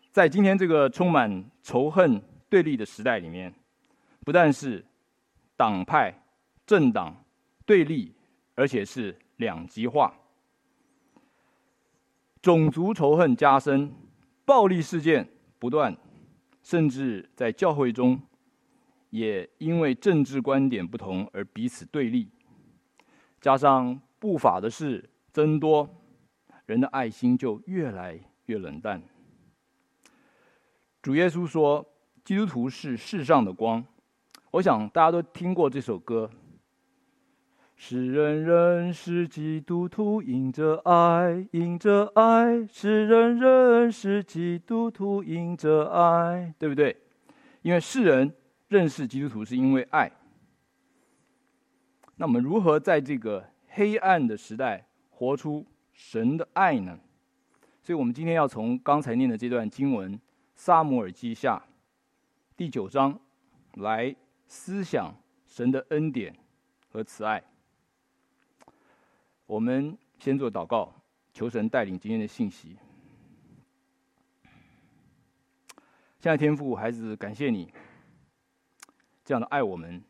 在今天这个充满仇恨对立的时代里面，不但是党派、政党对立，而且是两极化，种族仇恨加深，暴力事件不断，甚至在教会中也因为政治观点不同而彼此对立，加上不法的事增多，人的爱心就越来越冷淡。主耶稣说，基督徒是世上的光。我想大家都听过这首歌，使人认识基督徒，因着爱，因着爱，使人认识基督徒，因着爱，对不对？因为世人认识基督徒是因为爱。那我们如何在这个黑暗的时代活出神的爱呢？所以我们今天要从刚才念的这段经文撒母耳记下第9章来思想神的恩典和慈爱。我们先做祷告，求神带领今天的信息。亲爱的天父，孩子感谢你这样的爱我们，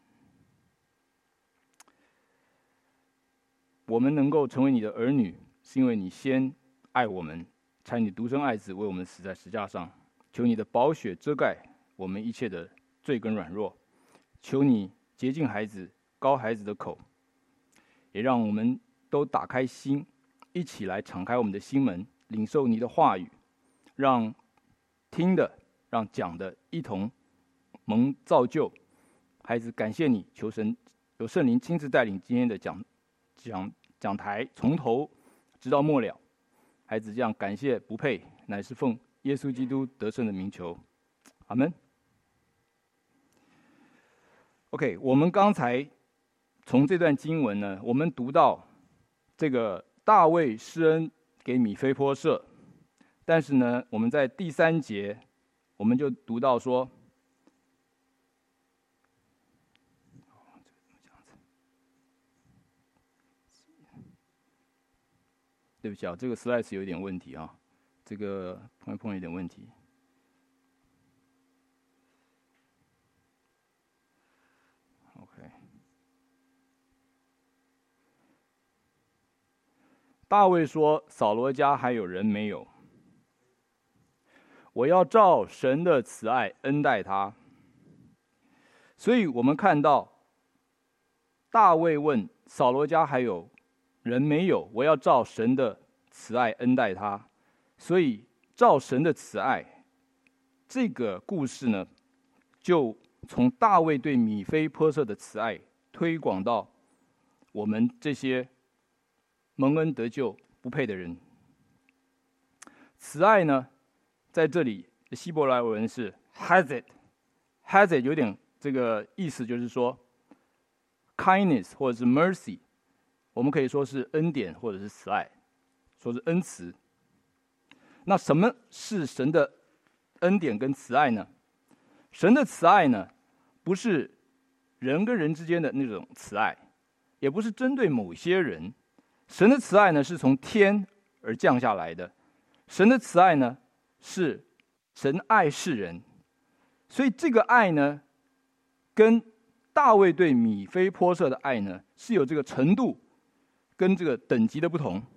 我们能够成为你的儿女，是因为你先爱我们，差你独生爱子为我们死在十字架上。求你的宝血遮盖我们一切的罪跟软弱，求你洁净孩子，膏孩子的口，也让我们都打开心，一起来敞开我们的心门，领受你的话语，让听的让讲的一同蒙造就。孩子感谢你，求神有圣灵亲自带领今天的讲台，从头直到末了。孩子这样感谢不配，乃是奉耶稣基督得胜的名求，阿们。OK， 我们刚才从这段经文呢，我们读到这个大卫施恩给米非波设，但是呢，我们在第3节，我们就读到说，对不起啊，这个 slide 有点问题啊，这个碰有点问题。OK， 大卫说：“扫罗家还有人没有？我要照神的慈爱恩待他。”所以我们看到大卫问扫罗家还有人没有，我要照神的慈爱恩待他。所以照神的慈爱这个故事呢，就从大卫对米非波设的慈爱推广到我们这些蒙恩得救不配的人。慈爱呢，在这里希伯来文是 hesed 有点这个意思，就是说 kindness 或者是 mercy， 我们可以说是恩典或者是慈爱，说是恩慈。那什么是神的恩典跟慈爱呢？神的慈爱呢，不是人跟人之间的那种慈爱，也不是针对某些人。神的慈爱呢，是从天而降下来的。神的慈爱呢，是神爱世人。所以这个爱呢，跟大卫对米非波设的爱呢，是有这个程度跟这个等级的不同。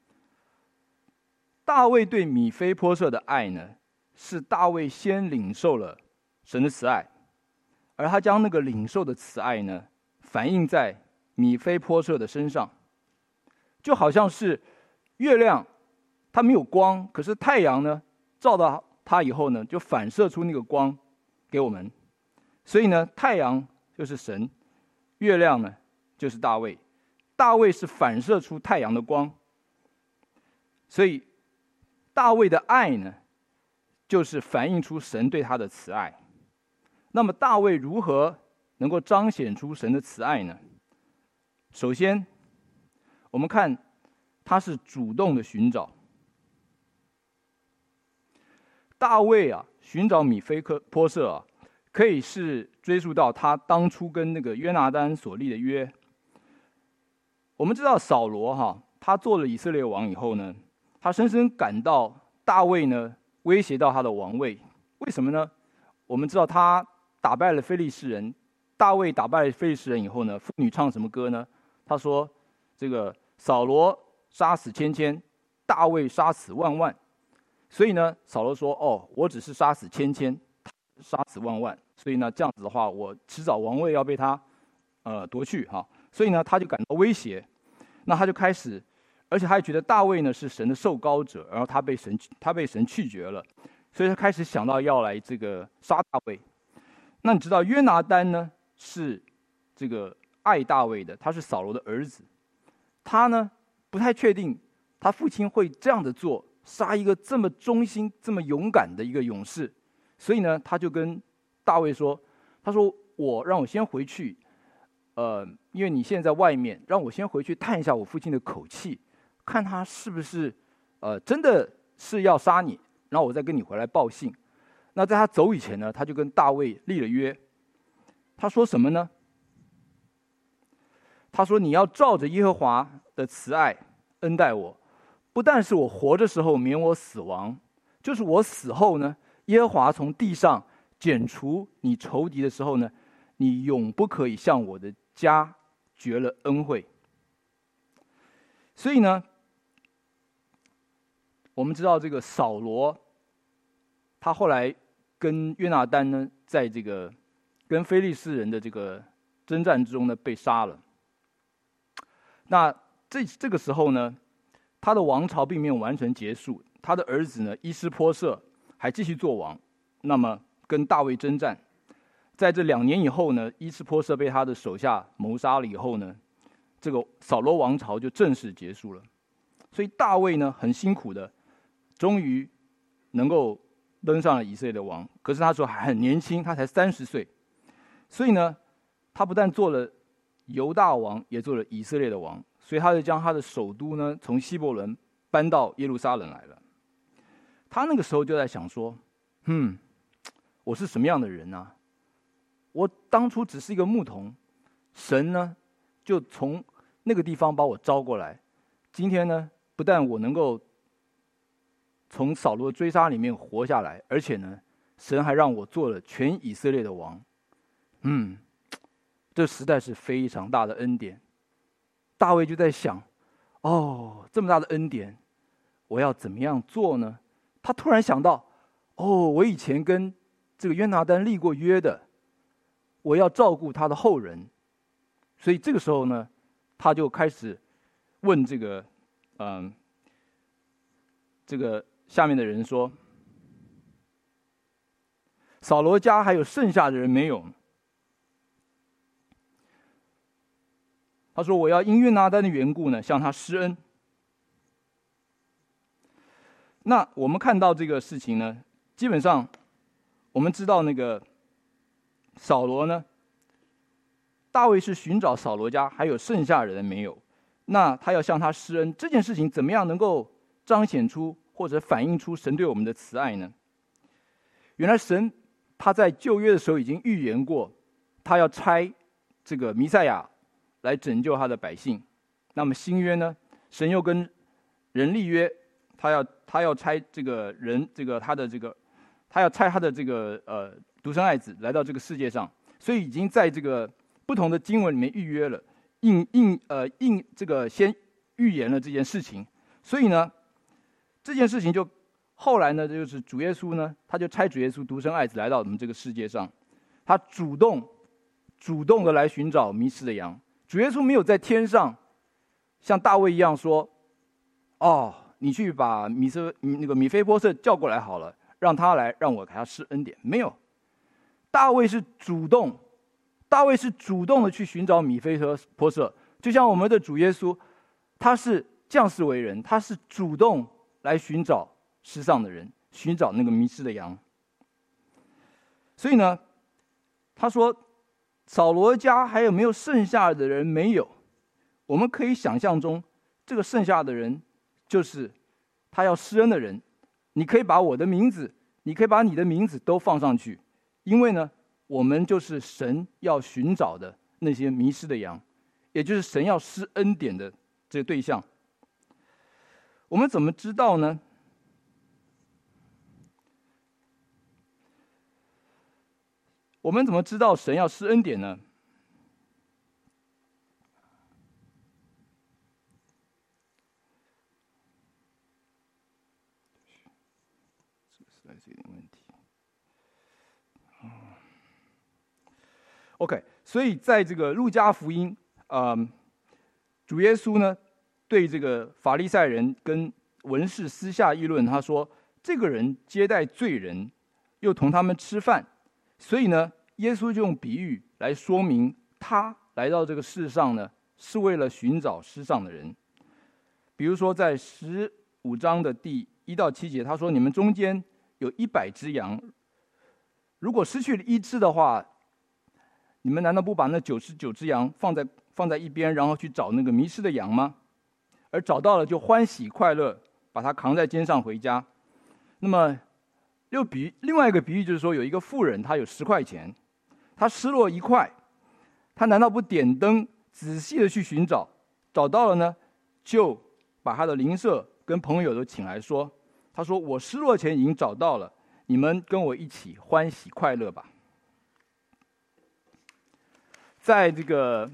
大卫对米非波设的爱呢，是大卫先领受了神的慈爱，而他将那个领受的慈爱呢，反映在米非波设的身上，就好像是月亮，它没有光，可是太阳呢，照到它以后呢，就反射出那个光给我们。所以呢，太阳就是神，月亮呢就是大卫，大卫是反射出太阳的光。所以大卫的爱呢，就是反映出神对他的慈爱。那么大卫如何能够彰显出神的慈爱呢？首先，我们看他是主动的寻找。大卫啊，寻找米非波设啊，可以是追溯到他当初跟那个约拿单所立的约。我们知道扫罗他做了以色列王以后呢，他深深感到大卫呢威胁到他的王位。为什么呢？我们知道他打败了非利士人，大卫打败了非利士人以后呢，妇女唱什么歌呢？他说：“这个扫罗杀死千千，大卫杀死万万。”所以呢，扫罗说：“哦，我只是杀死千千，杀死万万。所以呢，这样子的话，我迟早王位要被他夺去哈。所以呢，他就感到威胁。那他就开始，而且他还觉得大卫呢是神的受膏者，然后他被神拒绝了，所以他开始想到要来这个杀大卫。那你知道约拿单呢是这个爱大卫的，他是扫罗的儿子，他呢不太确定他父亲会这样的做，杀一个这么忠心、这么勇敢的一个勇士，所以呢，他就跟大卫说：“他说让我先回去，因为你现在在外面，让我先回去探一下我父亲的口气，看他是不是真的是要杀你，然后我再跟你回来报信。”那在他走以前呢，他就跟大卫立了约。他说什么呢？他说：“你要照着耶和华的慈爱恩待我，不但是我活着时候免我死亡，就是我死后呢，耶和华从地上剪除你仇敌的时候呢，你永不可以向我的家绝了恩惠。”所以呢，我们知道这个扫罗，他后来跟约拿单呢，在这个跟非利士人的这个征战之中呢，被杀了。那这个时候呢，他的王朝并没有完全结束，他的儿子呢伊施波设还继续做王，那么跟大卫征战。在这2年以后呢，伊施波设被他的手下谋杀了以后呢，这个扫罗王朝就正式结束了。所以大卫呢很辛苦的，终于能够登上了以色列的王。可是他说还很年轻，他才30岁，所以呢，他不但做了犹大王，也做了以色列的王。所以他就将他的首都呢从希伯伦搬到耶路撒冷来了。他那个时候就在想说：“我是什么样的人啊？我当初只是一个牧童，神呢就从那个地方把我招过来。今天呢，不但我能够从扫罗追杀里面活下来，而且呢，神还让我做了全以色列的王。这实在是非常大的恩典。”大卫就在想：这么大的恩典，我要怎么样做呢？他突然想到：我以前跟这个约拿单立过约的，我要照顾他的后人。所以这个时候呢，他就开始问这个下面的人说：“扫罗家还有剩下的人没有？”他说：“我要因约拿单的缘故呢，向他施恩。”那我们看到这个事情呢，基本上我们知道那个扫罗呢，大卫是寻找扫罗家还有剩下人没有，那他要向他施恩，这件事情怎么样能够彰显出或者反映出神对我们的慈爱呢？原来神他在旧约的时候已经预言过，他要差这个弥赛亚来拯救他的百姓。那么新约呢，神又跟人立约，他要差这个人，他要差他的这个独生爱子来到这个世界上，所以已经在这个不同的经文里面预约了，这个先预言了这件事情。所以呢，这件事情就后来呢，就是主耶稣呢，他就差主耶稣独生爱子来到我们这个世界上，他主动的来寻找迷失的羊。主耶稣没有在天上像大卫一样说：“你去把米非波设叫过来好了，让他来，让我给他施恩典。”没有，大卫是主动的去寻找米非波设，就像我们的主耶稣，他是降世为人，他是主动来寻找世上的人，寻找那个迷失的羊。所以呢，他说扫罗家还有没有剩下的人？没有。我们可以想象中，这个剩下的人就是他要施恩的人。你可以把我的名字，你可以把你的名字都放上去，因为呢，我们就是神要寻找的那些迷失的羊，也就是神要施恩典的这个对象。我们怎么知道呢？ 我们怎么知道神要施恩典呢？这个问题。OK， 所以在这个路加福音，主耶稣呢对这个法利赛人跟文士私下议论，他说：“这个人接待罪人，又同他们吃饭。”所以呢，耶稣就用比喻来说明，他来到这个世上呢，是为了寻找失丧的人。比如说，在15章的第1到7节，他说：“你们中间有100只羊，如果失去了一只的话，你们难道不把那99只羊放在一边，然后去找那个迷失的羊吗？而找到了就欢喜快乐，把它扛在肩上回家。”那么另外一个比喻就是说，有一个妇人，她有10块钱，她失落1块，她难道不点灯仔细的去寻找，找到了呢，就把她的邻舍跟朋友都请来说，他说：“我失落钱已经找到了，你们跟我一起欢喜快乐吧。”在这个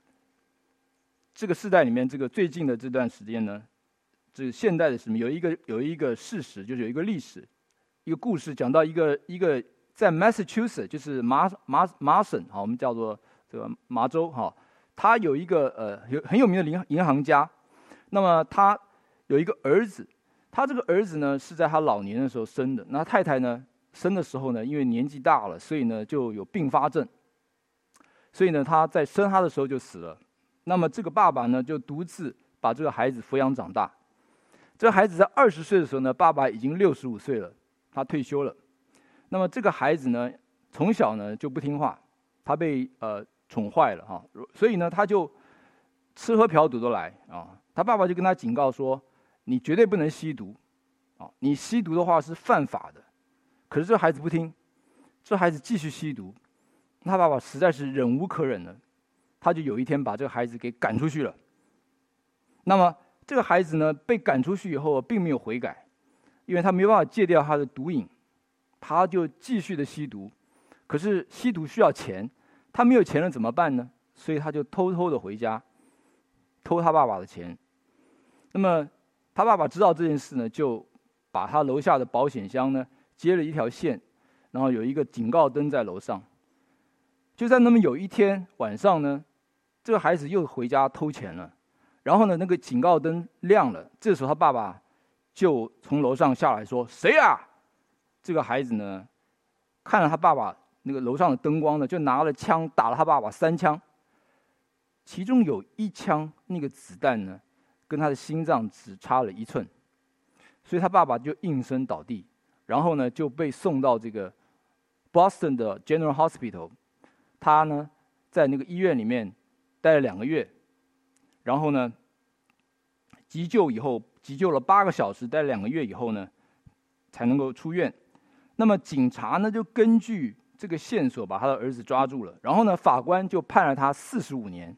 世代里面，这个最近的这段时间呢，这个现代的什么有一个事实，就是有一个历史，一个故事，讲到一个在 Massachusetts， 就是麻省，我们叫做这个麻州哈，他有一个很有名的银行家，那么他有一个儿子，他这个儿子呢是在他老年的时候生的，那太太呢生的时候呢，因为年纪大了，所以呢就有并发症，所以呢他在生他的时候就死了。那么这个爸爸呢就独自把这个孩子抚养长大。这个孩子在20岁的时候呢，爸爸已经65岁了，他退休了。那么这个孩子呢，从小呢就不听话，他被宠坏了哈，所以呢他就吃喝嫖赌都来啊。他爸爸就跟他警告说：“你绝对不能吸毒，啊，你吸毒的话是犯法的。”可是这个孩子不听，这孩子继续吸毒，他爸爸实在是忍无可忍了，他就有一天把这个孩子给赶出去了。那么这个孩子呢，被赶出去以后，并没有悔改，因为他没办法戒掉他的毒瘾，他就继续的吸毒。可是吸毒需要钱，他没有钱了怎么办呢？所以他就偷偷的回家，偷他爸爸的钱。那么他爸爸知道这件事呢，就把他楼下的保险箱呢接了一条线，然后有一个警告灯在楼上。就在那么有一天晚上呢，这个孩子又回家偷钱了，然后呢那个警告灯亮了，这时候他爸爸就从楼上下来说：“谁啊？”这个孩子呢看了他爸爸那个楼上的灯光呢，就拿了枪打了他爸爸3枪，其中有1枪那个子弹呢跟他的心脏只差了1寸，所以他爸爸就应声倒地，然后呢就被送到这个 Boston 的 General Hospital。他呢在那个医院里面待了2个月，然后呢急救了8个小时，待了2个月以后呢才能够出院。那么警察呢就根据这个线索把他的儿子抓住了，然后呢法官就判了他45年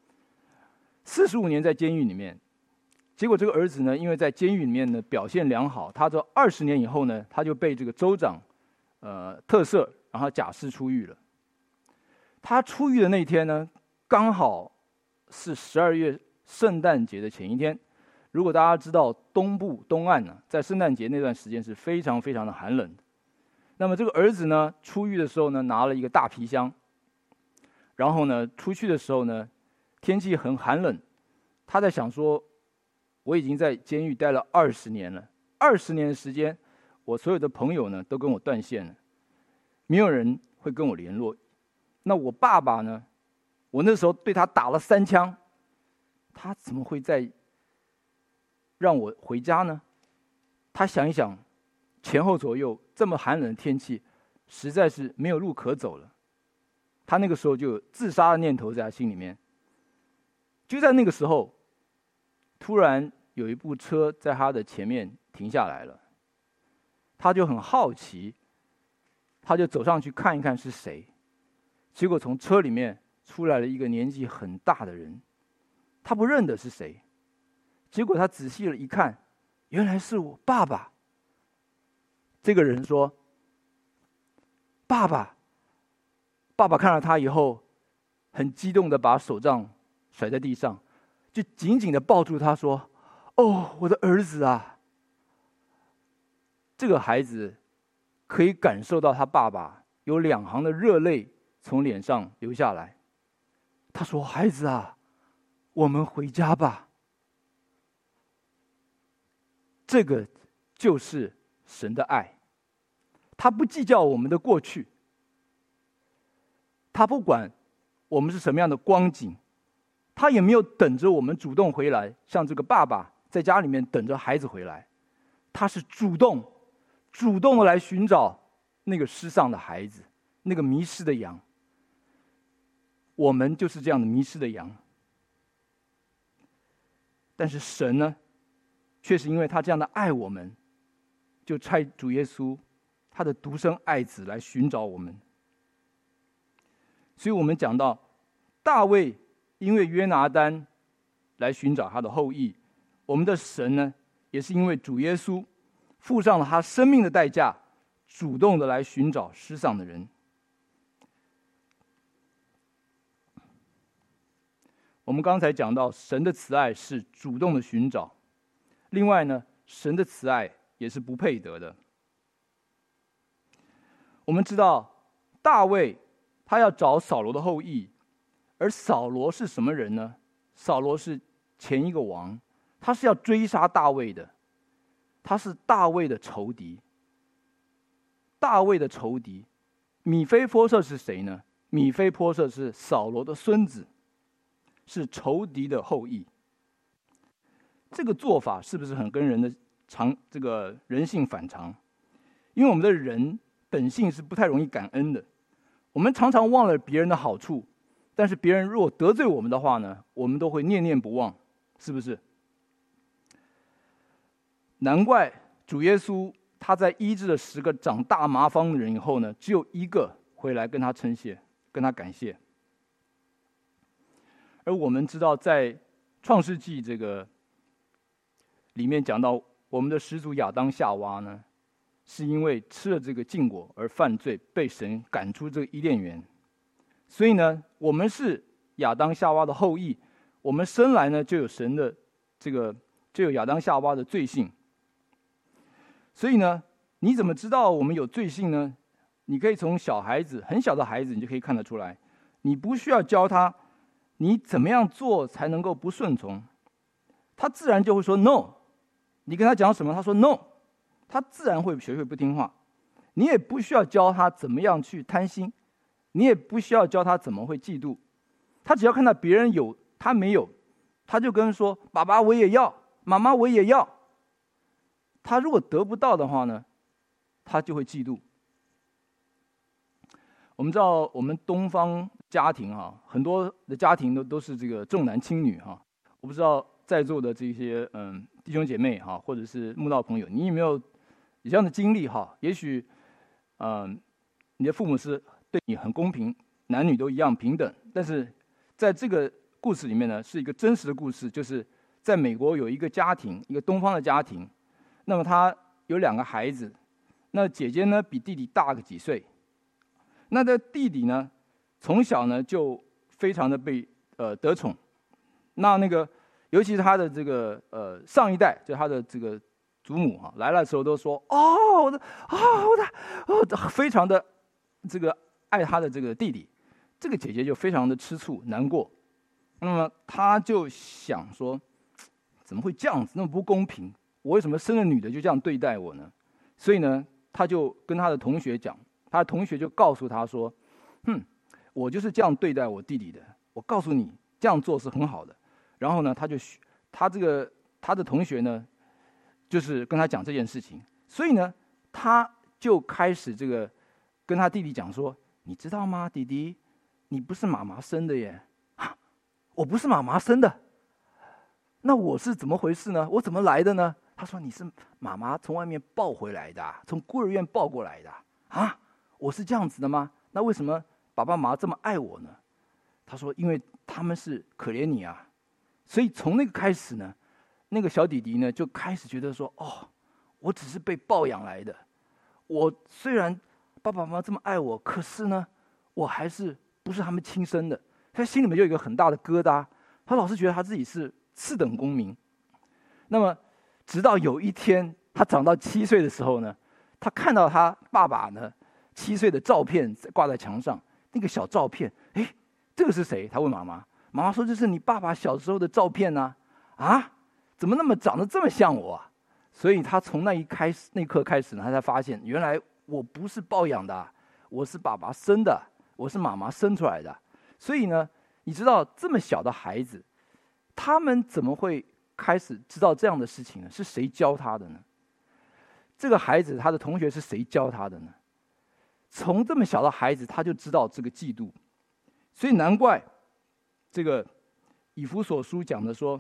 ，45年在监狱里面。结果这个儿子呢，因为在监狱里面呢表现良好，他这20年以后呢，他就被这个州长特赦，然后假释出狱了。他出狱的那天呢，刚好是12月圣诞节的前一天。如果大家知道东岸呢，在圣诞节那段时间是非常非常的寒冷的。那么这个儿子呢，出狱的时候呢，拿了一个大皮箱，然后呢，出去的时候呢，天气很寒冷，他在想说，我已经在监狱待了20年了，20年的时间，我所有的朋友呢都跟我断线了，没有人会跟我联络。那我爸爸呢，我那时候对他打了3枪，他怎么会再让我回家呢？他想一想，前后左右这么寒冷的天气，实在是没有路可走了。他那个时候就有自杀的念头在他心里面。就在那个时候，突然有一部车在他的前面停下来了，他就很好奇，他就走上去看一看是谁。结果从车里面出来了一个年纪很大的人，他不认得是谁。结果他仔细了一看，原来是我爸爸。这个人说：“爸爸， 爸爸看到他以后，很激动的把手杖甩在地上，就紧紧的抱住他说：“哦，我的儿子啊！”这个孩子可以感受到他爸爸有2行的热泪从脸上流下来。他说：“孩子啊，我们回家吧。”这个就是神的爱，他不计较我们的过去，他不管我们是什么样的光景，他也没有等着我们主动回来，像这个爸爸在家里面等着孩子回来，他是主动的来寻找那个失丧的孩子，那个迷失的羊。我们就是这样的迷失的羊，但是神呢，却是因为他这样的爱我们，就差主耶稣他的独生爱子来寻找我们。所以我们讲到大卫因为约拿单来寻找他的后裔，我们的神呢，也是因为主耶稣付上了他生命的代价，主动的来寻找失丧的人。我们刚才讲到神的慈爱是主动的寻找，另外呢，神的慈爱也是不配得的。我们知道大卫他要找扫罗的后裔，而扫罗是什么人呢？扫罗是前一个王，他是要追杀大卫的，他是大卫的仇敌。大卫的仇敌米非波设是谁呢？米非波设是扫罗的孙子，是仇敌的后裔。这个做法是不是很跟人的这个人性反常？因为我们的人本性是不太容易感恩的，我们常常忘了别人的好处，但是别人如果得罪我们的话呢，我们都会念念不忘，是不是？难怪主耶稣他在医治了10个长大麻风的人以后呢，只有1个回来跟他称谢，跟他感谢。而我们知道，在创世纪这个里面讲到，我们的始祖亚当夏娃呢，是因为吃了这个禁果而犯罪，被神赶出这个伊甸园。所以呢，我们是亚当夏娃的后裔，我们生来呢就有神的就有亚当夏娃的罪性。所以呢，你怎么知道我们有罪性呢？你可以从小孩子，很小的孩子，你就可以看得出来。你不需要教他你怎么样做才能够不顺从，他自然就会说 no。 你跟他讲什么，他说 no， 他自然会学会不听话。你也不需要教他怎么样去贪心，你也不需要教他怎么会嫉妒，他只要看到别人有他没有，他就跟人说爸爸我也要，妈妈我也要。他如果得不到的话呢，他就会嫉妒。我们知道我们东方家庭很多的家庭都是这个重男轻女我不知道在座的这些弟兄姐妹或者是慕道朋友，你有没有这样的经历也许你的父母是对你很公平，男女都一样平等，但是在这个故事里面呢，是一个真实的故事，就是在美国有一个家庭，一个东方的家庭，那么他有2个孩子，那姐姐呢比弟弟大个几岁。那这弟弟呢，从小呢就非常的被得宠。那个尤其是他的这个上一代，就他的这个祖母来了的时候都说非常的这个爱他的这个弟弟。这个姐姐就非常的吃醋难过，那么他就想说，怎么会这样子，那么不公平？我为什么生了女的就这样对待我呢？所以呢，他就跟他的同学讲，他的同学就告诉他说，我就是这样对待我弟弟的，我告诉你这样做是很好的。然后呢，他的同学呢，就是跟他讲这件事情。所以呢，他就开始这个跟他弟弟讲说，你知道吗，弟弟，你不是妈妈生的耶。我不是妈妈生的，那我是怎么回事呢？我怎么来的呢？他说，你是妈妈从外面抱回来的，从孤儿院抱过来的我是这样子的吗？那为什么爸爸妈妈这么爱我呢？他说，因为他们是可怜你啊。所以从那个开始呢，那个小弟弟呢就开始觉得说，我只是被抱养来的。我虽然爸爸妈妈这么爱我，可是呢， 我还是不是他们亲生的？他心里面就有一个很大的疙瘩，他老是觉得他自己是次等公民。那么，直到有一天他长到7岁的时候呢，他看到他爸爸呢7岁的照片挂在墙上，那个小照片，这个是谁？他问妈妈，妈妈说这是你爸爸小时候的照片啊，怎么长得这么像我啊？所以他从那一刻开始呢，他才发现原来我不是抱养的，我是爸爸生的，我是妈妈生出来的。所以呢，你知道这么小的孩子，他们怎么会开始知道这样的事情呢？是谁教他的呢？这个孩子他的同学是谁教他的呢？从这么小的孩子他就知道这个嫉妒，所以难怪这个以弗所书讲的说，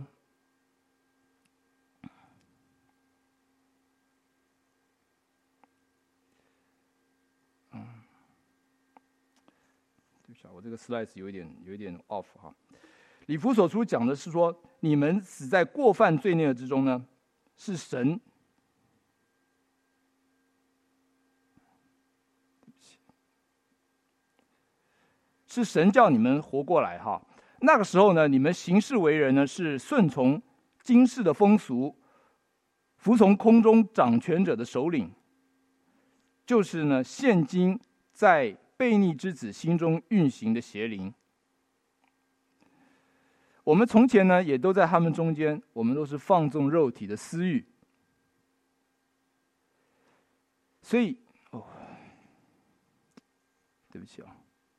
对不起，我这个 slides 有一点 off 哈。以弗所书讲的是说，你们死在过犯罪孽之中呢，是神叫你们活过来哈。那个时候呢，你们行事为人呢，是顺从今世的风俗，服从空中掌权者的首领，就是呢，现今在悖逆之子心中运行的邪灵。我们从前呢，也都在他们中间，我们都是放纵肉体的私欲。所以，对不起啊，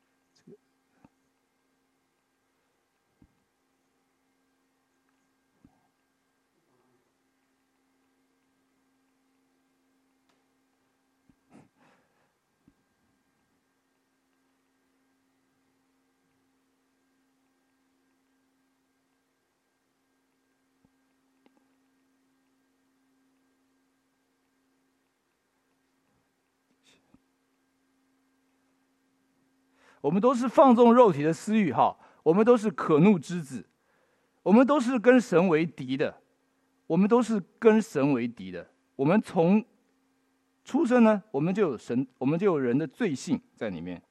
我们都是放纵肉体的私欲哈，我们都是可怒之子，我们都是跟神为敌的，我们都是跟神为敌的。我们从出生呢，我们就有人的罪性在里面。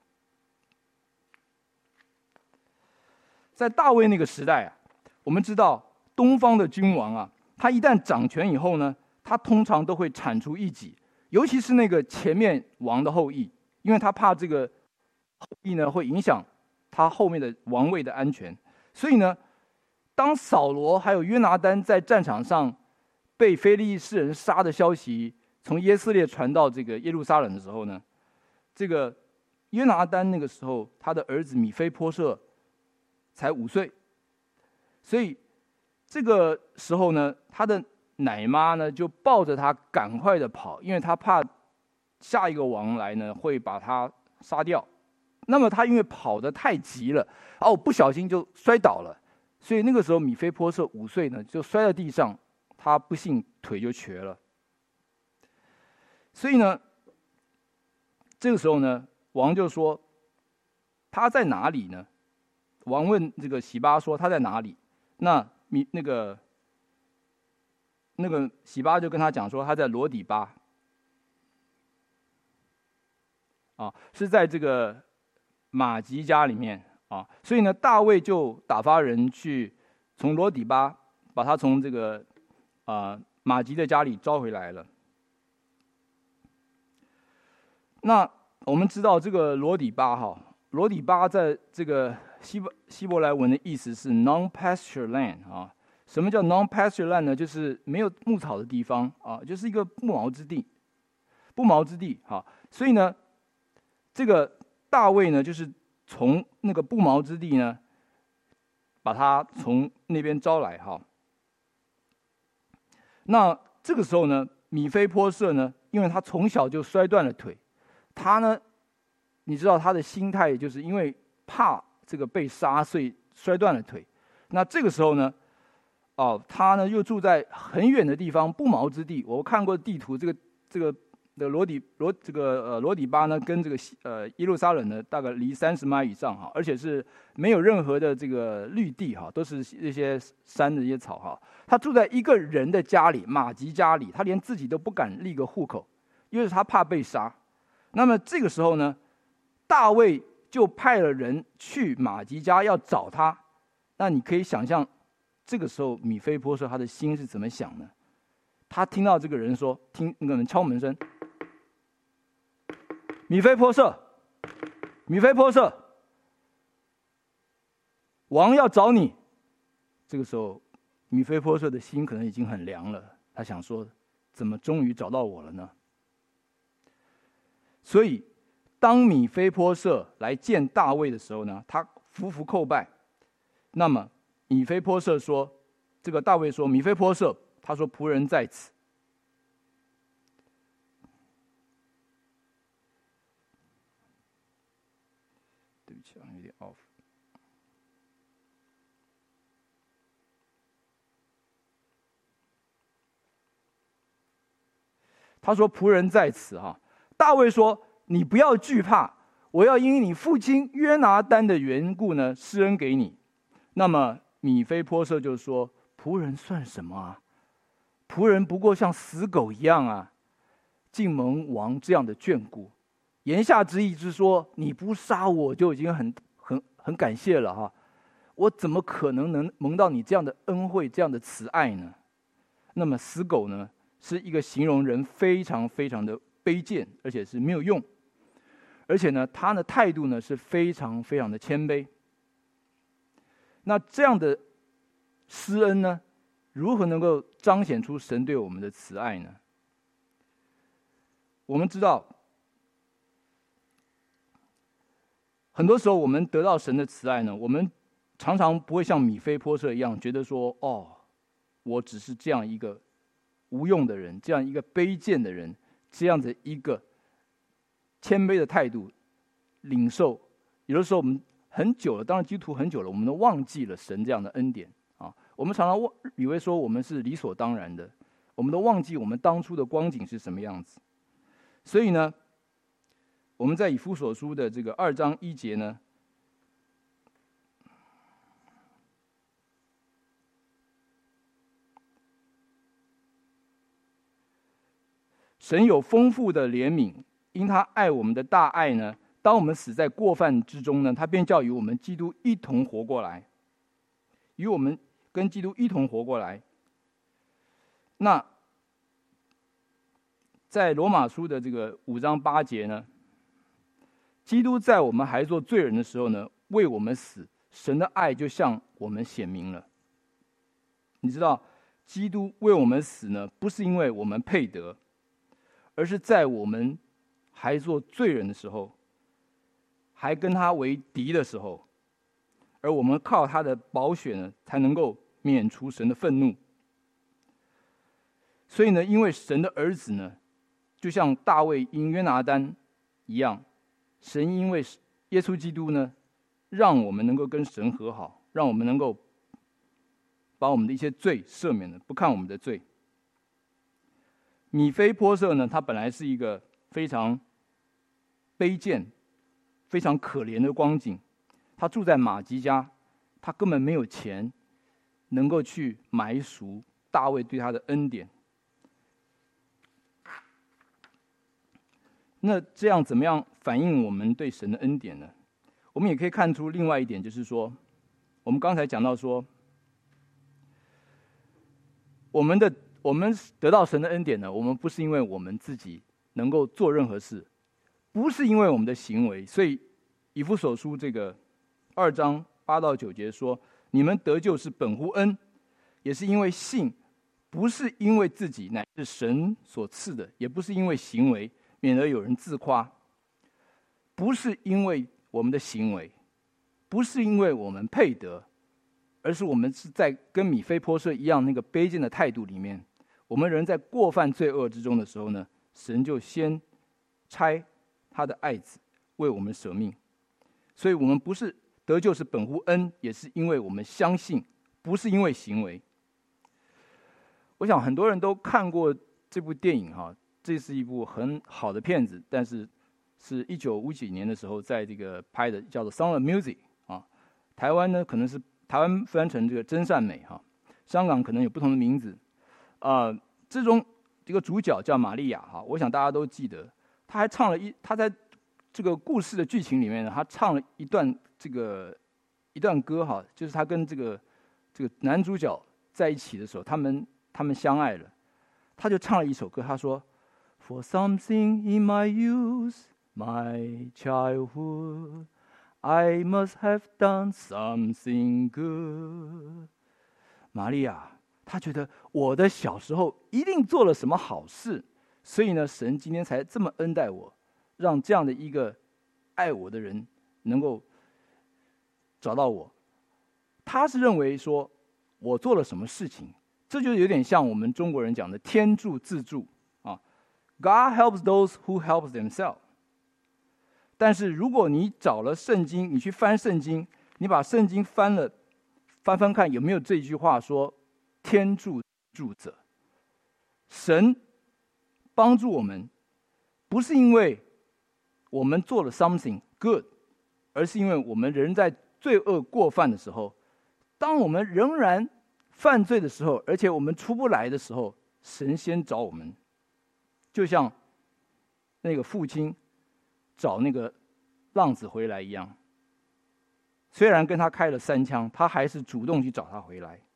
在大卫那个时代啊，我们知道东方的君王啊，他一旦掌权以后呢，他通常都会铲除异己，尤其是那个前面王的后裔，因为他怕这个后裔呢会影响他后面的王位的安全。所以呢，当扫罗还有约拿单在战场上被非利士人杀的消息从耶斯列传到这个耶路撒冷的时候呢，这个约拿单那个时候他的儿子米非波设才5岁，所以这个时候呢，他的奶妈呢就抱着他赶快的跑，因为他怕下一个王来呢会把他杀掉。那么他因为跑得太急了，不小心就摔倒了，所以那个时候米非波设5岁呢就摔在地上，他不幸腿就瘸了。所以呢，这个时候呢，王就说他在哪里呢？王问这个洗巴说他在哪里？那洗巴就跟他讲说他在罗底巴，是在这个马吉家里面啊。所以呢，大卫就打发人去从罗底巴把他从这个马吉的家里招回来了。那我们知道这个罗底巴罗底巴在这个希伯来文的意思是 non-pasture land 啊。什么叫 non-pasture land 呢？就是没有牧草的地方啊，就是一个不毛之地。所以呢，这个大卫呢，就是从那个不毛之地呢，把他从那边招来哈。那这个时候呢，米非波设呢，因为他从小就摔断了腿，他呢，你知道他的心态就是因为怕这个被杀，所以摔断了腿。那这个时候呢，他呢又住在很远的地方，不毛之地。我看过地图，这个罗底巴呢，跟这个耶路撒冷呢，大概离30迈以上哈，而且是没有任何的这个绿地哈，都是一些山的一些草哈。他住在一个人的家里，马吉家里，他连自己都不敢立个户口，因为他怕被杀。那么这个时候呢，大卫就派了人去马吉家要找他。那你可以想象，这个时候米非波设他的心是怎么想呢？他听到这个人说，听那个人敲门声，米非波设，米非波设，王要找你。这个时候，米非波设的心可能已经很凉了。他想说，怎么终于找到我了呢？所以，当米非波设来见大卫的时候呢，他匍匐叩拜。那么，米非波设说，这个大卫说，米非波设，他说仆人在此。对不起啊，有点 off。他说：“仆人在此。”大卫说：“你不要惧怕，我要因你父亲约拿单的缘故呢，施恩给你。”那么米非波设就说：“仆人算什么啊？仆人不过像死狗一样啊！竟蒙王这样的眷顾。”言下之意是说，你不杀我就已经很感谢了哈。我怎么可能蒙到你这样的恩惠、这样的慈爱呢？那么死狗呢？是一个形容人非常非常的卑贱，而且是没有用，而且呢，他的态度呢是非常非常的谦卑。那这样的施恩呢，如何能够彰显出神对我们的慈爱呢？我们知道，很多时候我们得到神的慈爱呢，我们常常不会像米非波设一样，觉得说，哦，我只是这样一个无用的人，这样一个卑贱的人，这样的一个谦卑的态度领受。有的时候我们很久了，当然基督徒很久了，我们都忘记了神这样的恩典啊。我们常常以为说我们是理所当然的，我们都忘记我们当初的光景是什么样子。所以呢，我们在以弗所书的这个2章1节呢，神有丰富的怜悯，因他爱我们的大爱呢，当我们死在过犯之中呢，他便叫与我们基督一同活过来，与我们跟基督一同活过来。那在罗马书的这个5章8节呢，基督在我们还做罪人的时候呢，为我们死，神的爱就向我们显明了。你知道，基督为我们死呢，不是因为我们配得，而是在我们还做罪人的时候，还跟他为敌的时候，而我们靠他的宝血呢，才能够免除神的愤怒。所以呢，因为神的儿子呢，就像大卫因约拿单一样，神因为耶稣基督呢，让我们能够跟神和好，让我们能够把我们的一些罪赦免了，不看我们的罪。米非波设呢，他本来是一个非常卑贱、非常可怜的光景，他住在马吉家，他根本没有钱能够去买赎大卫对他的恩典。那这样怎么样反映我们对神的恩典呢？我们也可以看出另外一点，就是说，我们刚才讲到说，我们得到神的恩典呢，我们不是因为我们自己能够做任何事，不是因为我们的行为。所以以弗所书这个2章8到9节说，你们得救是本乎恩，也是因为信，不是因为自己，乃是神所赐的，也不是因为行为，免得有人自夸。不是因为我们的行为，不是因为我们配得，而是我们是在跟米非波设一样那个卑贱的态度里面，我们人在过犯罪恶之中的时候呢，神就先差他的爱子为我们舍命。所以我们不是得救是本乎恩，也是因为我们相信，不是因为行为。我想很多人都看过这部电影哈，这是一部很好的片子，但是是1950几年的时候在这个拍的，叫做《Sound of Music》啊。台湾呢可能是台湾翻成这个真善美哈，香港可能有不同的名字。这个主角叫玛利亚哈，我想大家都记得，他还唱了他在这个故事的剧情里面呢，他唱了一段歌哈，就是他跟这个男主角在一起的时候，他们相爱了，他就唱了一首歌，他说 For something in my youth, my childhood, I must have done something good。 玛利亚她觉得我的小时候一定做了什么好事，所以呢，神今天才这么恩待我，让这样的一个爱我的人能够找到我。他是认为说我做了什么事情，这就有点像我们中国人讲的天助自助啊 ，God helps those who help themselves。但是如果你找了圣经，你去翻圣经，你把圣经翻看，有没有这句话说天助自助者？神帮助我们，不是因为我们做了 something good， 而是因为我们人在罪恶过犯的时候，当我们仍然犯罪的时候，而且我们出不来的时候，神先找我们，就像那个父亲找那个浪子回来一样。虽然跟他开了3枪，他还是主动去找他回来。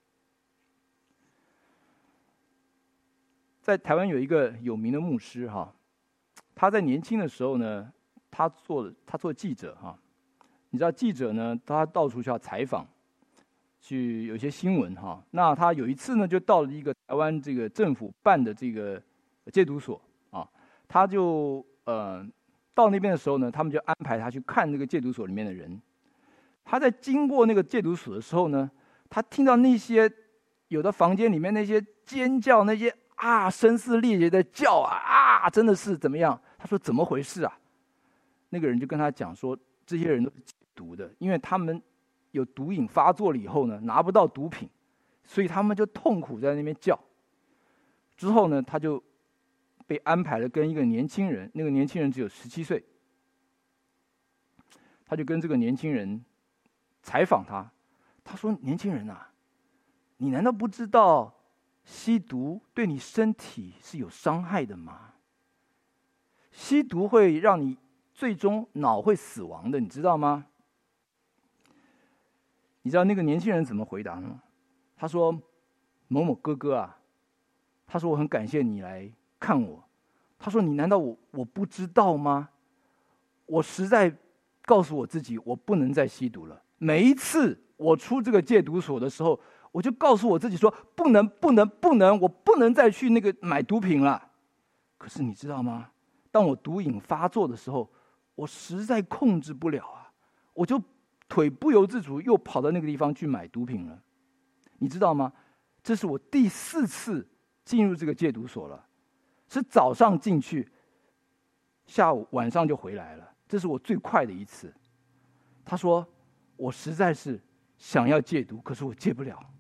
在台湾有一个有名的牧师哈，他在年轻的时候呢，他做记者哈。你知道记者呢，他到处去要采访，去有一些新闻哈。那他有一次呢，就到了一个台湾这个政府办的这个戒毒所啊，他就到那边的时候呢，他们就安排他去看那个戒毒所里面的人。他在经过那个戒毒所的时候呢，他听到那些有的房间里面那些尖叫，那些声嘶力竭的叫真的是怎么样？他说怎么回事啊？那个人就跟他讲说，这些人都是戒毒的，因为他们有毒瘾发作了以后呢，拿不到毒品，所以他们就痛苦在那边叫。之后呢，他就被安排了跟一个年轻人，那个年轻人只有17岁，他就跟这个年轻人采访他，他说：“年轻人啊，你难道不知道吸毒对你身体是有伤害的吗？吸毒会让你最终脑会死亡的，你知道吗？”你知道那个年轻人怎么回答呢？他说：“某某哥哥啊，他说我很感谢你来看我。他说你难道我不知道吗？我实在告诉我自己，我不能再吸毒了。每一次我出这个戒毒所的时候，我就告诉我自己说，不能，我不能再去那个买毒品了。可是你知道吗？当我毒瘾发作的时候，我实在控制不了啊，我就腿不由自主又跑到那个地方去买毒品了。你知道吗？这是我第4次进入这个戒毒所了，是早上进去，晚上就回来了，这是我最快的一次。他说我实在是想要戒毒，可是我戒不了。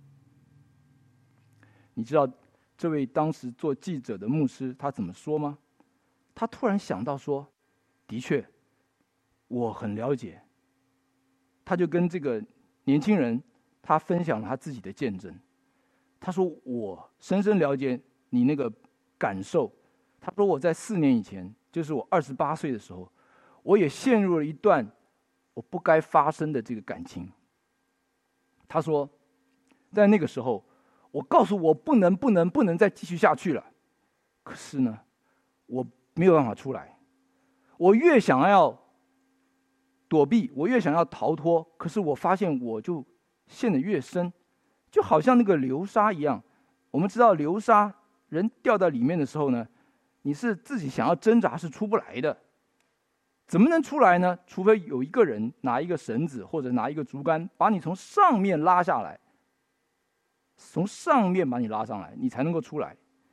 你知道这位当时做记者的牧师他怎么说吗？他突然想到说，的确我很了解。他就跟这个年轻人他分享了他自己的见证。他说我深深了解你那个感受。他说我在4年以前，就是我28岁的时候，我也陷入了一段我不该发生的这个感情。他说在那个时候，我告诉我不能再继续下去了。可是呢，我没有办法出来。我越想要躲避，我越想要逃脱，可是我发现我就陷得越深，就好像那个流沙一样。我们知道流沙，人掉到里面的时候呢，你是自己想要挣扎是出不来的。怎么能出来呢？除非有一个人拿一个绳子或者拿一个竹竿，把你从上面拉下来，从上面把你拉上来，你才能够出来。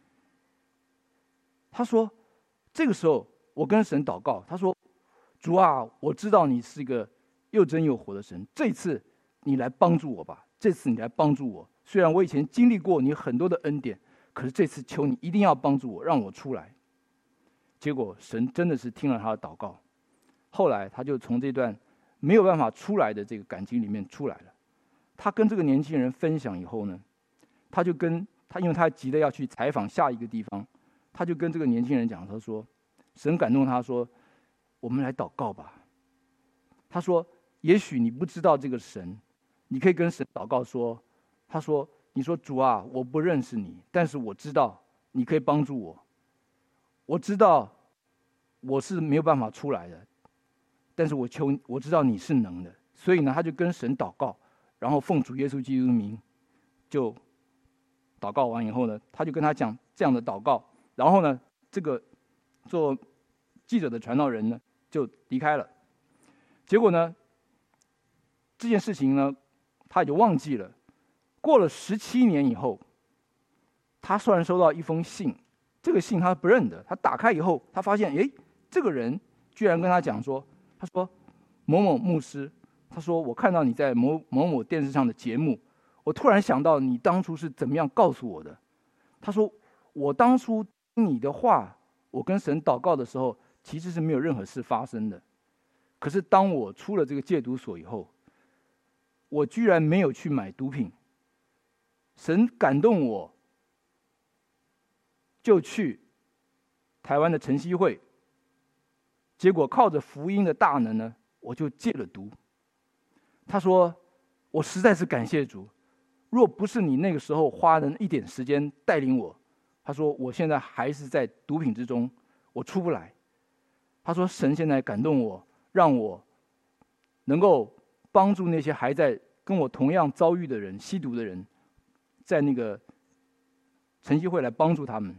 他说这个时候我跟神祷告，他说主啊，我知道你是一个又真又活的神，这次你来帮助我吧，这次你来帮助我。虽然我以前经历过你很多的恩典，可是这次求你一定要帮助我，让我出来。结果神真的是听了他的祷告，后来他就从这段没有办法出来的这个感情里面出来了。他跟这个年轻人分享以后呢，他就跟他，因为他急着要去采访下一个地方，他就跟这个年轻人讲，他说神感动他说， 我们来祷告吧。他说，也许你不知道这个神，你可以跟神祷告说，他说，你说主啊，我不认识你，但是我知道你可以帮助我。我知道我是没有办法出来的，但是我知道你是能的。所以呢，他就跟神祷告，然后奉主耶稣基督的名，就祷告完以后呢，他就跟他讲这样的祷告，然后呢，这个做记者的传道人呢就离开了。结果呢，这件事情呢，他也就忘记了。过了17年以后，他突然收到一封信，这个信他不认得。他打开以后，他发现，这个人居然跟他讲说，他说某某牧师，他说我看到你在某某电视上的节目，我突然想到你当初是怎么样告诉我的。他说我当初听你的话，我跟神祷告的时候，其实是没有任何事发生的。可是当我出了这个戒毒所以后，我居然没有去买毒品。神感动我，就去台湾的晨曦会，结果靠着福音的大能呢，我就戒了毒。他说，我实在是感谢主，若不是你那个时候花了一点时间带领我，他说我现在还是在毒品之中，我出不来。他说神现在感动我，让我能够帮助那些还在跟我同样遭遇的人，吸毒的人，在那个晨曦会来帮助他们。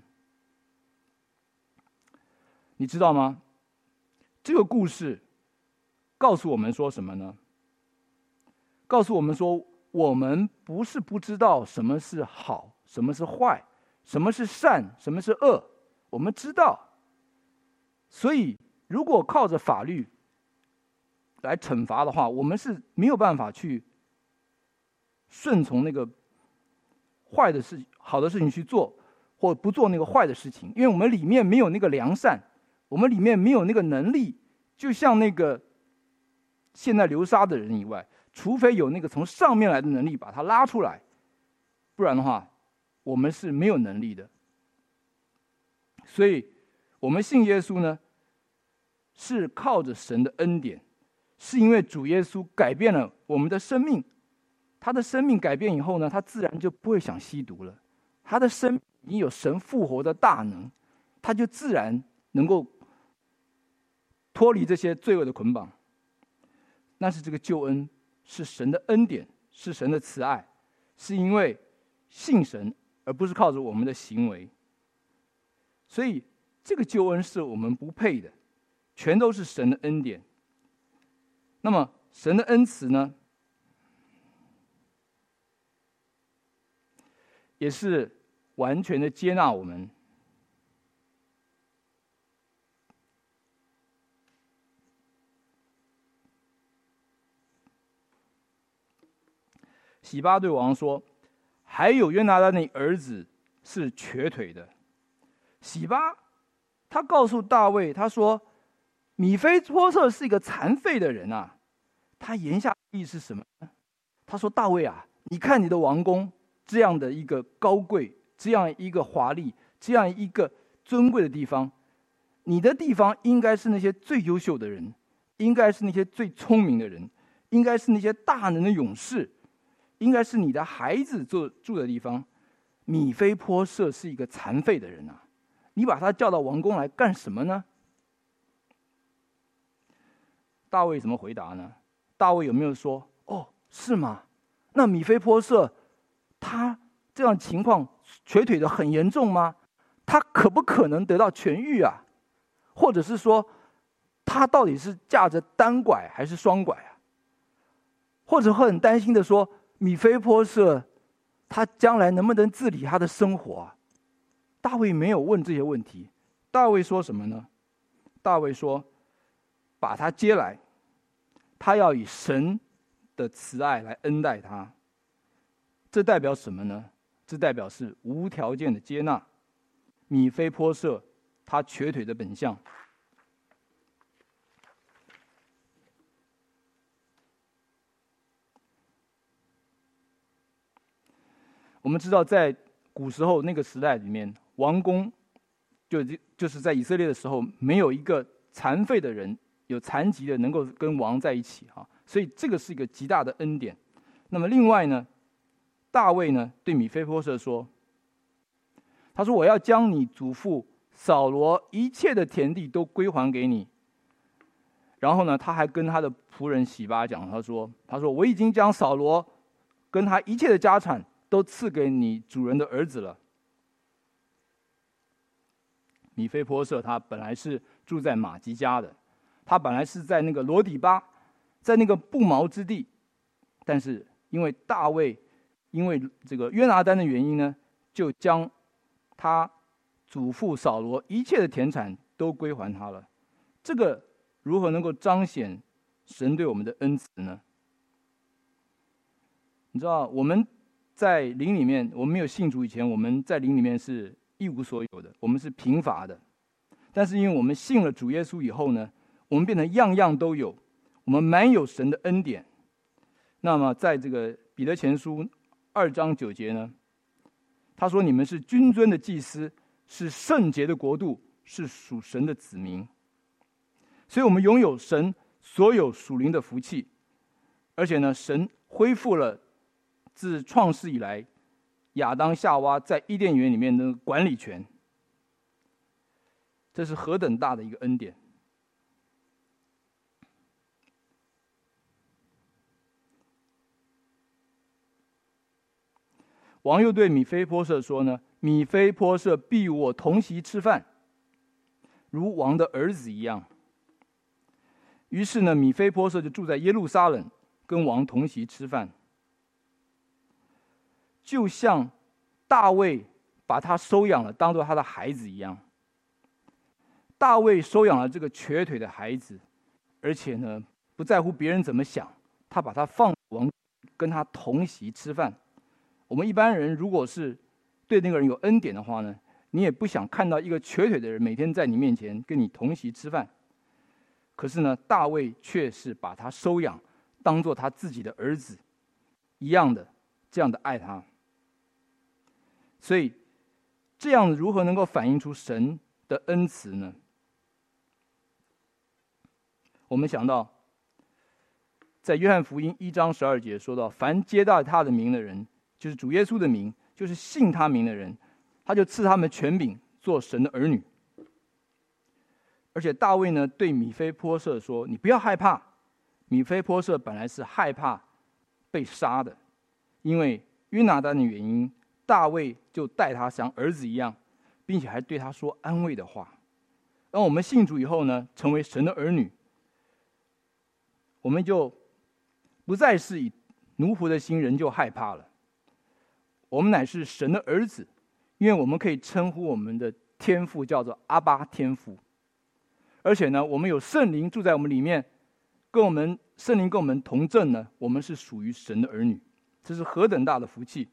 你知道吗？这个故事告诉我们说什么呢？告诉我们说，我们不是不知道什么是好，什么是坏，什么是善，什么是恶，我们知道。所以如果靠着法律来惩罚的话，我们是没有办法去顺从那个坏的事、好的事情去做，或不做那个坏的事情，因为我们里面没有那个良善，我们里面没有那个能力。就像那个现在流沙的人以外，除非有那个从上面来的能力把他拉出来，不然的话，我们是没有能力的。所以，我们信耶稣呢，是靠着神的恩典，是因为主耶稣改变了我们的生命。他的生命改变以后呢，他自然就不会想吸毒了。他的生命已经有神复活的大能，他就自然能够脱离这些罪恶的捆绑。但是这个救恩是神的恩典，是神的慈爱，是因为信神，而不是靠着我们的行为。所以这个救恩是我们不配的，全都是神的恩典。那么神的恩慈呢，也是完全的接纳我们。洗巴对王说，还有约拿单的儿子是瘸腿的。洗巴他告诉大卫，他说米非波设是一个残废的人啊。他言下意是什么呢？他说大卫啊，你看你的王宫这样的一个高贵，这样一个华丽，这样一个尊贵的地方，你的地方应该是那些最优秀的人，应该是那些最聪明的人，应该是那些大能的勇士，应该是你的孩子住的地方。米非波设是一个残废的人啊，你把他叫到王宫来干什么呢？大卫怎么回答呢？大卫有没有说，哦，是吗？那米非波设他这样情况瘸腿的很严重吗？他可不可能得到痊愈啊？或者是说他到底是架着单拐还是双拐啊？或者会很担心的说，米非波设他将来能不能自理他的生活啊？大卫没有问这些问题。大卫说什么呢？大卫说，把他接来，他要以神的慈爱来恩待他。这代表什么呢？这代表是无条件的接纳米非波设他瘸腿的本相。我们知道，在古时候那个时代里面，王宫就是在以色列的时候，没有一个残废的人有残疾的能够跟王在一起啊，所以这个是一个极大的恩典。那么另外呢，大卫呢对米非波设说，他说我要将你祖父扫罗一切的田地都归还给你。然后呢，他还跟他的仆人洗巴讲，他说我已经将扫罗跟他一切的家产都赐给你主人的儿子了。米非波设他本来是住在马吉家的，他本来是在那个罗底巴，在那个不毛之地，但是因为大卫因为这个约拿单的原因呢，就将他祖父扫罗一切的田产都归还他了。这个如何能够彰显神对我们的恩慈呢？你知道我们在灵里面，我们没有信主以前，我们在灵里面是一无所有的，我们是贫乏的。但是因为我们信了主耶稣以后呢，我们变成样样都有，我们满有神的恩典。那么在这个彼得前书2章9节呢，他说你们是君尊的祭司，是圣洁的国度，是属神的子民。所以我们拥有神所有属灵的福气，而且呢，神恢复了自创世以来亚当夏娃在伊甸园里面的管理权。这是何等大的一个恩典！王又对米非波设说呢，米非波设必与我同席吃饭，如王的儿子一样。于是呢，米非波设就住在耶路撒冷，跟王同席吃饭，就像大卫把他收养了，当作他的孩子一样。大卫收养了这个瘸腿的孩子，而且呢，不在乎别人怎么想，他把他放王，跟他同席吃饭。我们一般人如果是对那个人有恩典的话呢，你也不想看到一个瘸腿的人每天在你面前跟你同席吃饭。可是呢，大卫却是把他收养，当作他自己的儿子一样的，这样的爱他。所以，这样如何能够反映出神的恩慈呢？我们想到，在约翰福音1章12节说到，凡接待他的名的人，就是主耶稣的名，就是信他名的人，他就赐他们权柄做神的儿女。而且大卫呢，对米非波设说：“你不要害怕。”米非波设本来是害怕被杀的，因为约拿单的原因，大卫就待他像儿子一样，并且还对他说安慰的话。当我们信主以后呢，成为神的儿女，我们就不再是以奴仆的心仍旧害怕了。我们乃是神的儿子，因为我们可以称呼我们的天父叫做阿爸天父。而且呢，我们有圣灵住在我们里面，圣灵跟我们同证呢，我们是属于神的儿女，这是何等大的福气！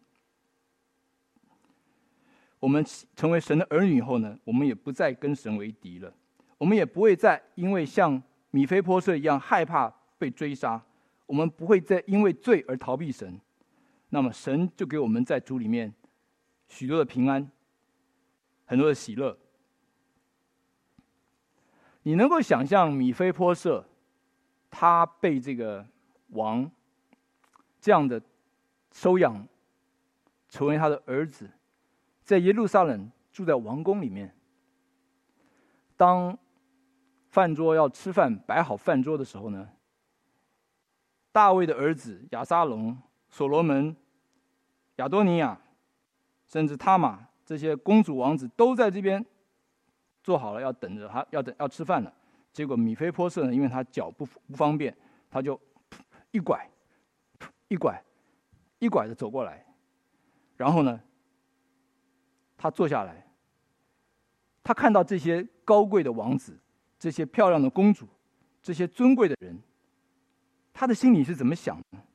我们成为神的儿女以后呢，我们也不再跟神为敌了，我们也不会再因为像米非波设一样害怕被追杀，我们不会再因为罪而逃避神。那么神就给我们在主里面许多的平安，很多的喜乐。你能够想象米非波设他被这个王这样的收养，成为他的儿子，在耶路撒冷住在王宫里面。当饭桌要吃饭，摆好饭桌的时候呢，大卫的儿子亚撒龙、所罗门、亚多尼亚，甚至他玛这些公主王子都在这边做好了，要等着他，要吃饭了。结果米非波设呢，因为他脚不方便，他就一拐的走过来，然后呢，他坐下来，他看到这些高贵的王子，这些漂亮的公主，这些尊贵的人，他的心里是怎么想的？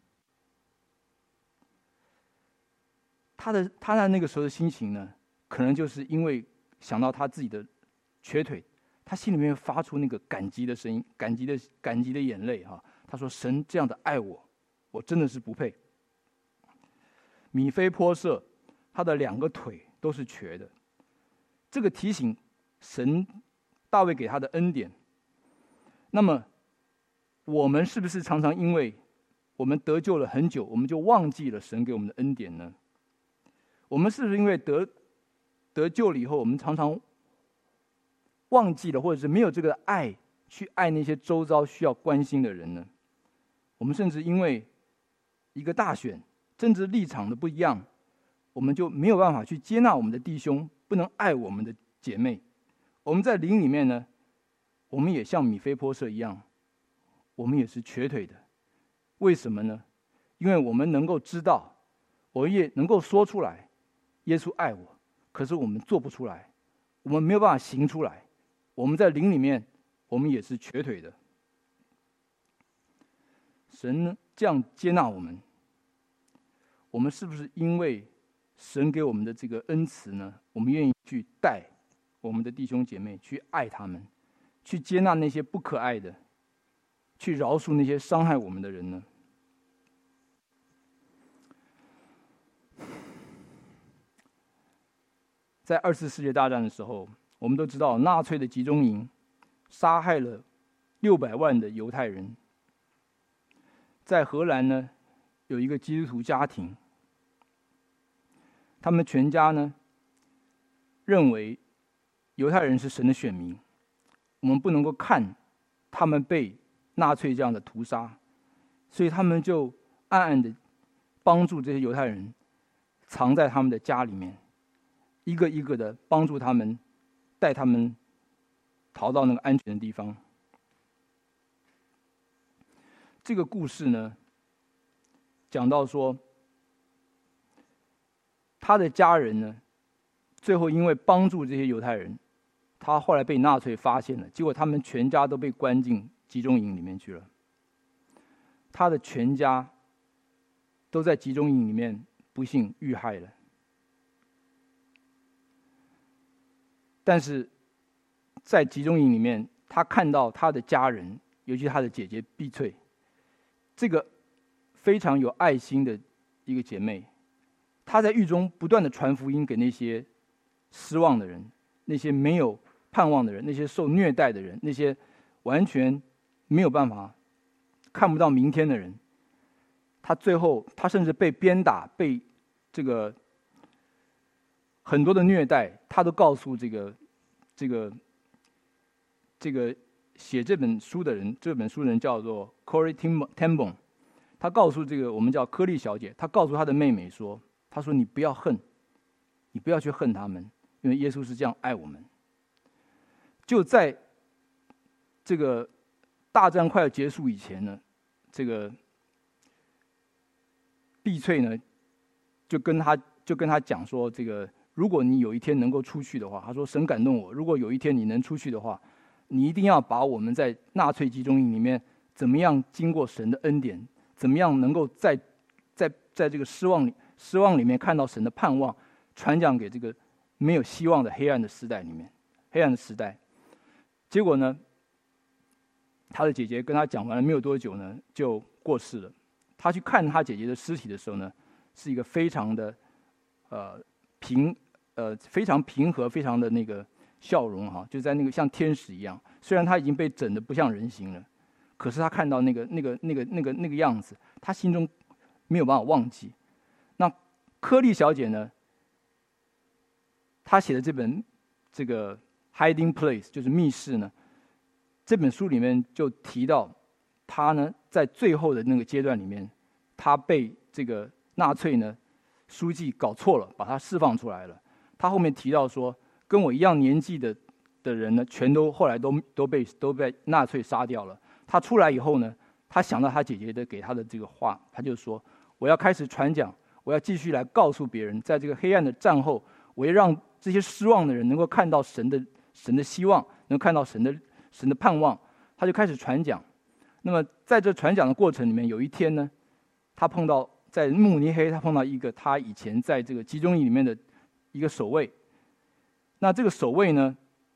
他在那个时候的心情呢，可能就是因为想到他自己的瘸腿，他心里面发出那个感激的声音，感激的眼泪哈。他说：“神这样的爱我，我真的是不配。”米非波设他的2个腿都是瘸的，这个提醒大卫给他的恩典。 那么我们是不是常常因为我们得救了很久，我们就忘记了神给我们的恩典呢？我们是不是因为得救了以后，我们常常忘记了，或者是没有这个爱去爱那些周遭需要关心的人呢？我们甚至因为一个大选政治立场的不一样，我们就没有办法去接纳我们的弟兄，不能爱我们的姐妹。我们在灵里面呢，我们也像米非波设一样，我们也是瘸腿的。为什么呢？因为我们能够知道，我也能够说出来，耶稣爱我，可是我们做不出来，我们没有办法行出来。我们在灵里面，我们也是瘸腿的。神呢这样接纳我们，我们是不是因为神给我们的这个恩慈呢，我们愿意去带我们的弟兄姐妹，去爱他们，去接纳那些不可爱的，去饶恕那些伤害我们的人呢？在二次世界大战的时候，我们都知道纳粹的集中营杀害了600万的犹太人。在荷兰呢，有一个基督徒家庭，他们全家呢认为犹太人是神的选民，我们不能够看他们被纳粹这样的屠杀，所以他们就暗暗的帮助这些犹太人藏在他们的家里面，一个一个的帮助他们，带他们逃到那个安全的地方。这个故事呢，讲到说，他的家人呢，最后因为帮助这些犹太人，他后来被纳粹发现了，结果他们全家都被关进集中营里面去了。他的全家都在集中营里面不幸遇害了。但是在集中营里面，他看到他的家人，尤其他的姐姐碧翠，这个非常有爱心的一个姐妹，她在狱中不断的传福音给那些失望的人，那些没有盼望的人，那些受虐待的人，那些完全没有办法看不到明天的人。她最后，她甚至被鞭打，被这个很多的虐待，她都告诉这个写这本书的人，这本书的人叫做 Corrie ten Boom， 他告诉这个我们叫柯利小姐，她告诉她的妹妹说，她说你不要恨，你不要去恨他们，因为耶稣是这样爱我们。就在这个大战快要结束以前呢，这个碧翠呢就跟他讲说，这个如果你有一天能够出去的话，他说神感动我，如果有一天你能出去的话，你一定要把我们在纳粹集中营里面怎么样经过神的恩典，怎么样能够在这个失望里面看到神的盼望，传讲给这个没有希望的黑暗的时代里面，黑暗的时代。结果呢，他的姐姐跟他讲完了没有多久呢，就过世了。他去看他姐姐的尸体的时候呢，是一个非常的非常平和，非常的那个笑容哈，就在那个像天使一样。虽然他已经被整得不像人形了，可是他看到那个样子，他心中没有办法忘记。那柯利小姐呢，她写的这本这个 Hiding Place 就是密室呢，这本书里面就提到，她呢在最后的那个阶段里面，她被这个纳粹呢书记搞错了，把她释放出来了。她后面提到说，跟我一样年纪的人呢，全都后来都被纳粹杀掉了。她出来以后呢，她想到她姐姐的给她的这个话，她就说，我要开始传讲，我要继续来告诉别人，在这个黑暗的战后，我要让这些失望的人能够看到神的希望，能看到神的盼望。他就开始传讲。那么在这传讲的过程里面，有一天呢，他碰到在慕尼黑，他碰到一个他以前在这个集中营里面的一个守卫。那这个守卫呢，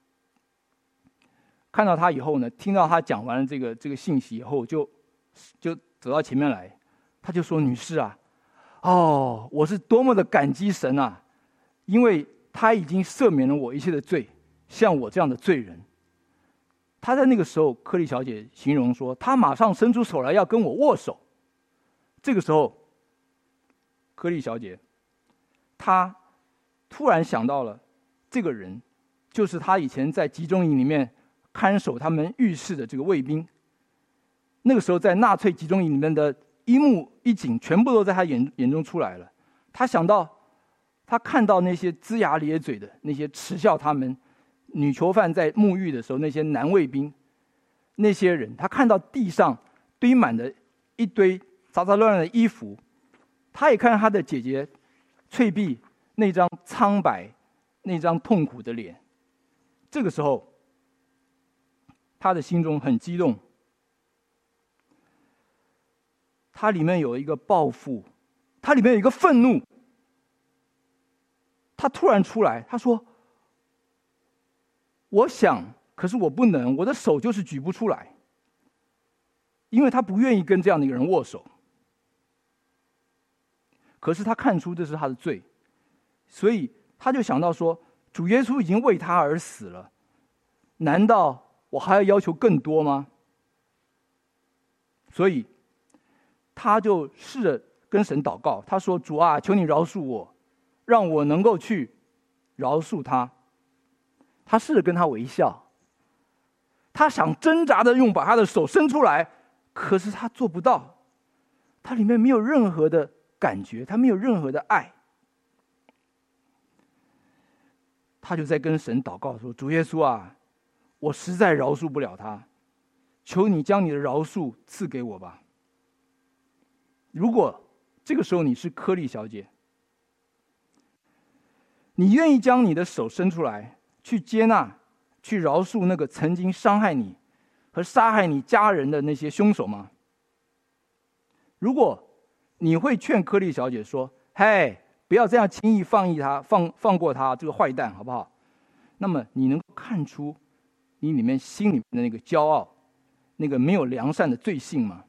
看到他以后呢，听到他讲完了这个信息以后，就走到前面来，他就说：“女士啊，我是多么的感激神啊，因为他已经赦免了我一切的罪，像我这样的罪人。” 他在那个时候，柯莉小姐形容说，他马上伸出手来要跟我握手。这个时候，柯莉小姐，她突然想到了，这个人就是她以前在集中营里面看守他们浴室的这个卫兵。那个时候，在纳粹集中营里面的一幕一景，全部都在她眼中出来了。她想到，她看到那些龇牙咧嘴的那些耻笑他们女囚犯在沐浴的时候，那些男卫兵，那些人，她看到地上堆满的一堆杂杂乱乱的衣服，她也看到她的姐姐翠碧那张苍白、那张痛苦的脸。这个时候，她的心中很激动，它里面有一个报复，它里面有一个愤怒。他突然出来，他说：“我想，可是我不能，我的手就是举不出来。”因为他不愿意跟这样的一个人握手。可是他看出这是他的罪，所以他就想到说：主耶稣已经为他而死了，难道我还要求更多吗？所以他就试着跟神祷告，他说：“主啊，求你饶恕我，让我能够去饶恕他。”他试着跟他微笑，他想挣扎的把他的手伸出来，可是他做不到，他里面没有任何的感觉，他没有任何的爱。他就在跟神祷告说：“主耶稣啊，我实在饶恕不了他，求你将你的饶恕赐给我吧。”如果这个时候你是柯莉小姐，你愿意将你的手伸出来，去接纳、去饶恕那个曾经伤害你和杀害你家人的那些凶手吗？如果你会劝柯莉小姐说：“嘿，不要这样轻易放过他这个坏蛋，好不好？”那么你能看出你里面心里面的那个骄傲，那个没有良善的罪性吗？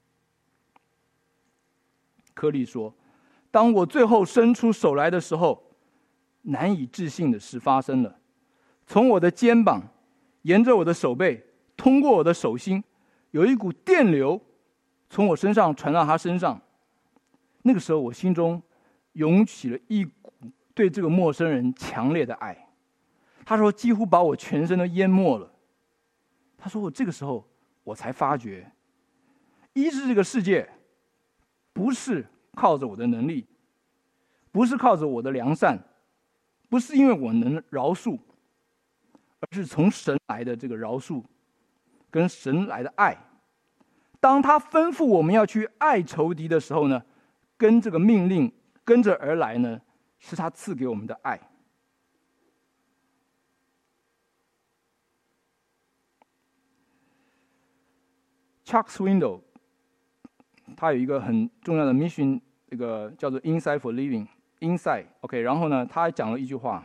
柯莉说：“当我最后伸出手来的时候，难以置信的事发生了。从我的肩膀，沿着我的手背，通过我的手心，有一股电流从我身上传到他身上。那个时候，我心中涌起了一股对这个陌生人强烈的爱。”他说：“几乎把我全身都淹没了。”他说：“我这个时候我才发觉，医治这个世界，不是靠着我的能力，不是靠着我的良善，不是因为我能饶恕，而是从神来的这个饶恕，跟神来的爱。当他吩咐我们要去爱仇敌的时候呢，跟这个命令跟着而来呢，是他赐给我们的爱。”Chuck Swindoll 他有一个很重要的 mission， 这个叫做 Insight for Living Insight OK， 然后呢，他还讲了一句话，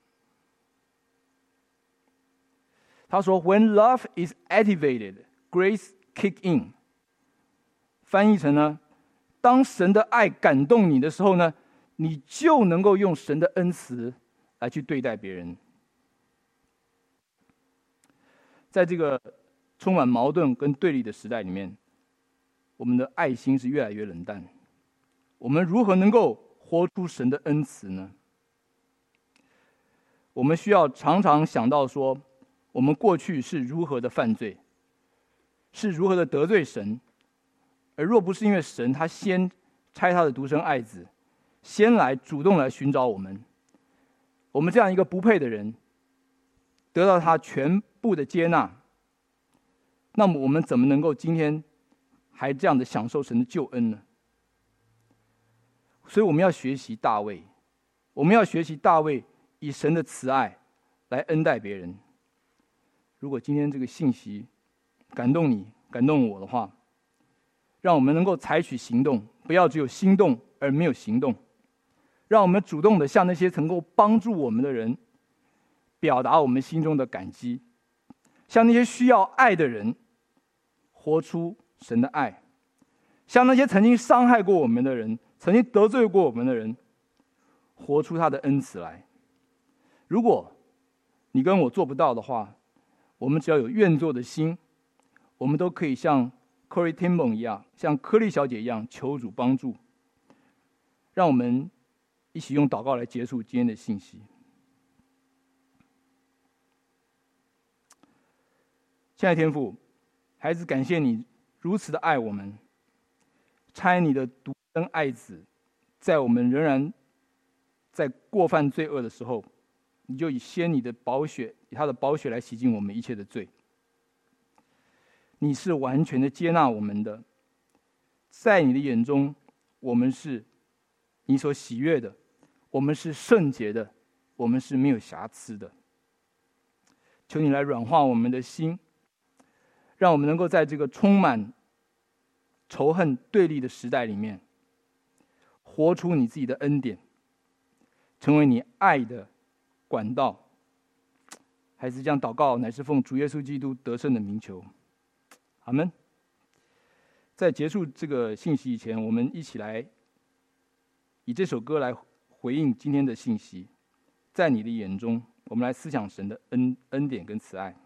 他说 When love is activated, grace kick in。 翻译成呢，当神的爱感动你的时候呢，你就能够用神的恩慈来去对待别人。在这个充满矛盾跟对立的时代里面，我们的爱心是越来越冷淡。我们如何能够活出神的恩慈呢？我们需要常常想到说，我们过去是如何的犯罪，是如何的得罪神，而若不是因为神他先差他的独生爱子，先来主动来寻找我们，我们这样一个不配的人，得到他全部的接纳，那么我们怎么能够今天还这样的享受神的救恩呢？所以我们要学习大卫，我们要学习大卫以神的慈爱来恩待别人。如果今天这个信息感动你、感动我的话，让我们能够采取行动，不要只有心动而没有行动。让我们主动的向那些能够帮助我们的人表达我们心中的感激，向那些需要爱的人活出神的爱，向那些曾经伤害过我们的人，曾经得罪过我们的人，活出他的恩慈来。如果你跟我做不到的话， 我们只要有愿做的心，我们都可以像 Corrie ten Boom 一样，像柯利小姐一样求主帮助。让我们一起用祷告来结束今天的信息。亲爱的天父，孩子感谢你如此的爱我们，差你的独生爱子，在我们仍然在过犯罪恶的时候，你就以你的宝血，以他的宝血来洗净我们一切的罪。你是完全的接纳我们的，在你的眼中，我们是你所喜悦的，我们是圣洁的，我们是没有瑕疵的。求你来软化我们的心，让我们能够在这个充满仇恨对立的时代里面，活出你自己的恩典，成为你爱的管道。孩子这样祷告，乃是奉主耶稣基督得胜的名求，阿们。在结束这个信息以前，我们一起来以这首歌来回应今天的信息。在你的眼中，我们来思想神的恩典跟慈爱。